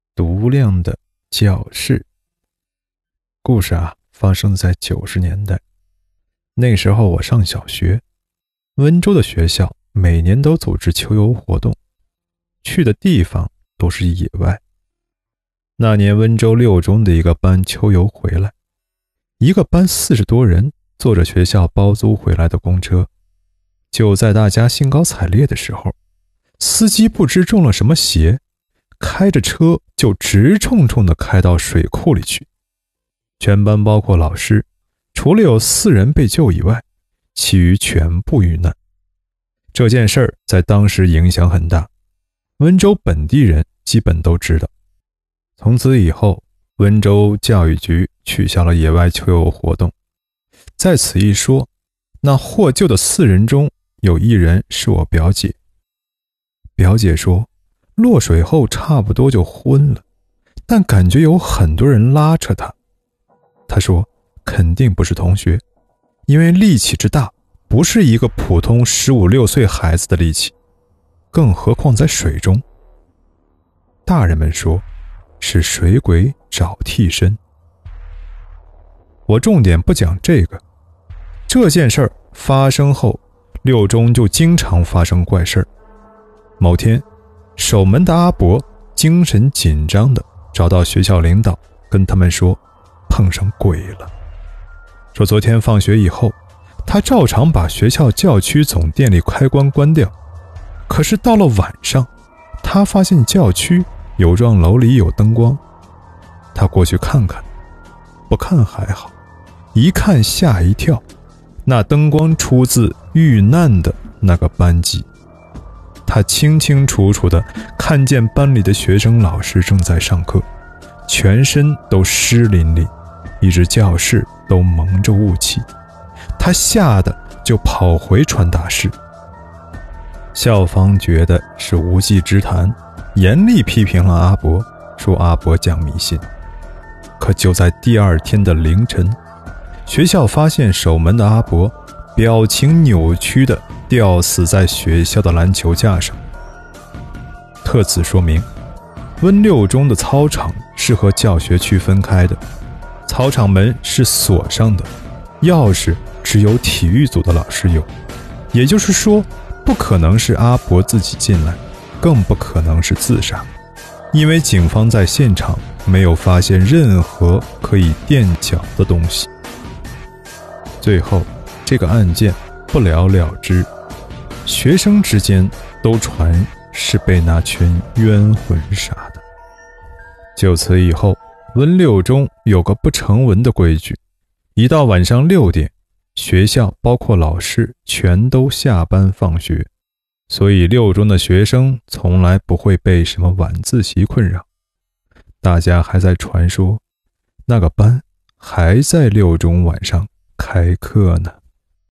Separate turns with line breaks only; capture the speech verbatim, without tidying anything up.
独亮的教室。故事啊，发生在九十年代。那时候我上小学，温州的学校每年都组织秋游活动，去的地方都是野外。那年温州六中的一个班秋游回来，一个班四十多人坐着学校包租回来的公车。就在大家兴高采烈的时候，司机不知中了什么邪，开着车就直冲冲地开到水库里去。全班包括老师，除了有四人被救以外，其余全部遇难。这件事儿在当时影响很大，温州本地人基本都知道。从此以后，温州教育局取消了野外秋游活动。在此一说，那获救的四人中有一人是我表姐。表姐说，落水后差不多就昏了，但感觉有很多人拉扯她。她说肯定不是同学，因为力气之大不是一个普通十五六岁孩子的力气，更何况在水中。大人们说是水鬼找替身。我重点不讲这个，这件事儿发生后，六中就经常发生怪事儿。某天，守门的阿伯精神紧张地找到学校领导，跟他们说碰上鬼了。说昨天放学以后，他照常把学校教区总电力开关关掉，可是到了晚上，他发现教区有幢楼里有灯光。他过去看看，不看还好，一看吓一跳，那灯光出自遇难的那个班级。他清清楚楚地看见班里的学生老师正在上课，全身都湿淋淋，一直教室都蒙着雾气。他吓得就跑回传达室。校方觉得是无稽之谈，严厉批评了阿伯，说阿伯讲迷信。可就在第二天的凌晨，学校发现守门的阿伯表情扭曲地吊死在学校的篮球架上。特此说明，温六中的操场是和教学区分开的，操场门是锁上的，钥匙只有体育组的老师有。也就是说，不可能是阿伯自己进来，更不可能是自杀，因为警方在现场没有发现任何可以垫脚的东西。最后，这个案件不了了之，学生之间都传是被那群冤魂杀的。就此以后，温六中有个不成文的规矩，一到晚上六点，学校包括老师全都下班放学，所以六中的学生从来不会被什么晚自习困扰。大家还在传说，那个班还在六中晚上开课呢。